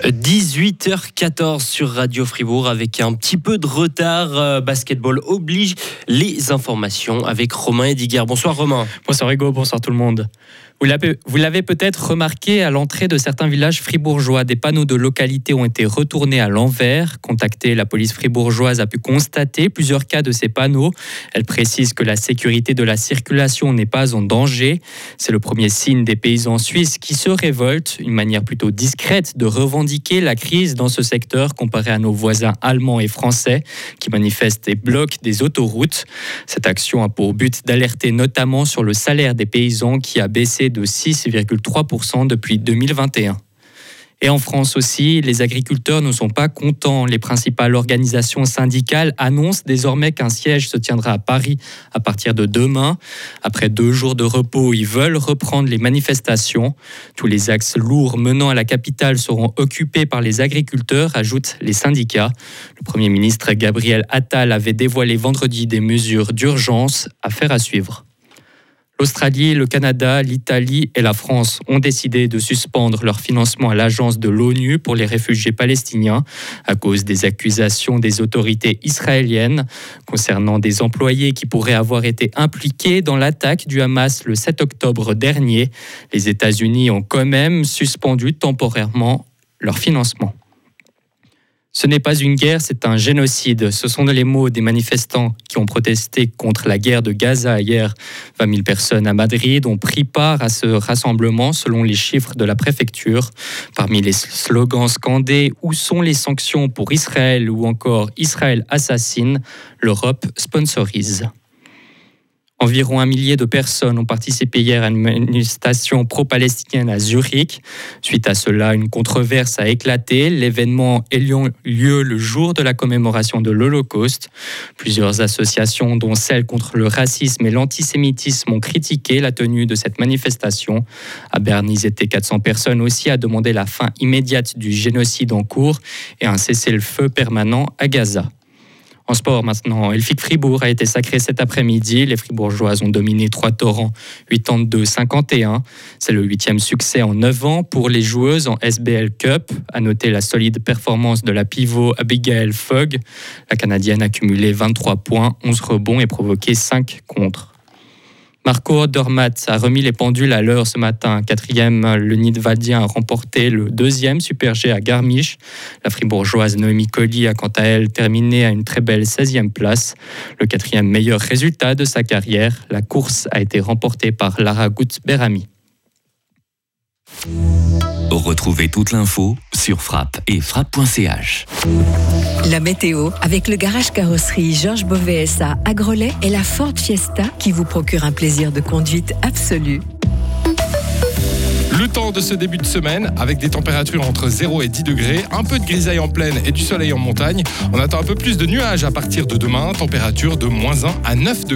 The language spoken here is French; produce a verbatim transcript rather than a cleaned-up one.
dix-huit heures quatorze sur Radio Fribourg avec un petit peu de retard. Euh, basketball oblige les informations avec Romain Ediger. Bonsoir Romain. Bonsoir Hugo, bonsoir tout le monde. Vous l'avez, vous l'avez peut-être remarqué à l'entrée de certains villages fribourgeois, des panneaux de localité ont été retournés à l'envers. Contactée, la police fribourgeoise a pu constater plusieurs cas de ces panneaux. Elle précise que la sécurité de la circulation n'est pas en danger. C'est le premier signe des paysans suisses qui se révoltent, une manière plutôt discrète de revendiquer la crise dans ce secteur comparé à nos voisins allemands et français qui manifestent et bloquent des autoroutes. Cette action a pour but d'alerter notamment sur le salaire des paysans qui a baissé de six virgule trois pour cent depuis deux mille vingt et un. Et en France aussi, les agriculteurs ne sont pas contents. Les principales organisations syndicales annoncent désormais qu'un siège se tiendra à Paris à partir de demain. Après deux jours de repos, ils veulent reprendre les manifestations. Tous les axes lourds menant à la capitale seront occupés par les agriculteurs, ajoutent les syndicats. Le Premier ministre Gabriel Attal avait dévoilé vendredi des mesures d'urgence. Affaire à suivre. L'Australie, le Canada, l'Italie et la France ont décidé de suspendre leur financement à l'agence de l'ONU pour les réfugiés palestiniens à cause des accusations des autorités israéliennes concernant des employés qui pourraient avoir été impliqués dans l'attaque du Hamas le sept octobre dernier. Les États-Unis ont quand même suspendu temporairement leur financement. Ce n'est pas une guerre, c'est un génocide. Ce sont les mots des manifestants qui ont protesté contre la guerre de Gaza hier. vingt mille personnes à Madrid ont pris part à ce rassemblement selon les chiffres de la préfecture. Parmi les slogans scandés, où sont les sanctions pour Israël ou encore Israël assassine, l'Europe sponsorise. Environ un millier de personnes ont participé hier à une manifestation pro-palestinienne à Zurich. Suite à cela, une controverse a éclaté. L'événement ayant lieu le jour de la commémoration de l'Holocauste. Plusieurs associations, dont celle contre le racisme et l'antisémitisme, ont critiqué la tenue de cette manifestation. À Berne, ils étaient quatre cents personnes aussi à demander la fin immédiate du génocide en cours et un cessez-le-feu permanent à Gaza. En sport maintenant, Elfic Fribourg a été sacré cet après-midi. Les Fribourgeoises ont dominé trois torrents, quatre-vingt-deux à cinquante et un. C'est le huitième succès en neuf ans pour les joueuses en S B L Cup. À noter la solide performance de la pivot Abigail Fogg. La Canadienne a cumulé vingt-trois points, onze rebonds et provoqué cinq contres. Marco Odermatt a remis les pendules à l'heure ce matin. Quatrième, le Nidwaldien a remporté le deuxième Super G à Garmisch. La fribourgeoise Noémie Colli a quant à elle terminé à une très belle seizième place. Le quatrième meilleur résultat de sa carrière. La course a été remportée par Lara Gutz-Berami. Retrouvez toute l'info sur frappe et frappe point c h. La météo avec le garage carrosserie Georges Beauvais S A à Grelais et la Ford Fiesta qui vous procure un plaisir de conduite absolu. Le temps de ce début de semaine, avec des températures entre zéro et dix degrés, un peu de grisaille en plaine et du soleil en montagne. On attend un peu plus de nuages à partir de demain, température de moins un à neuf degrés.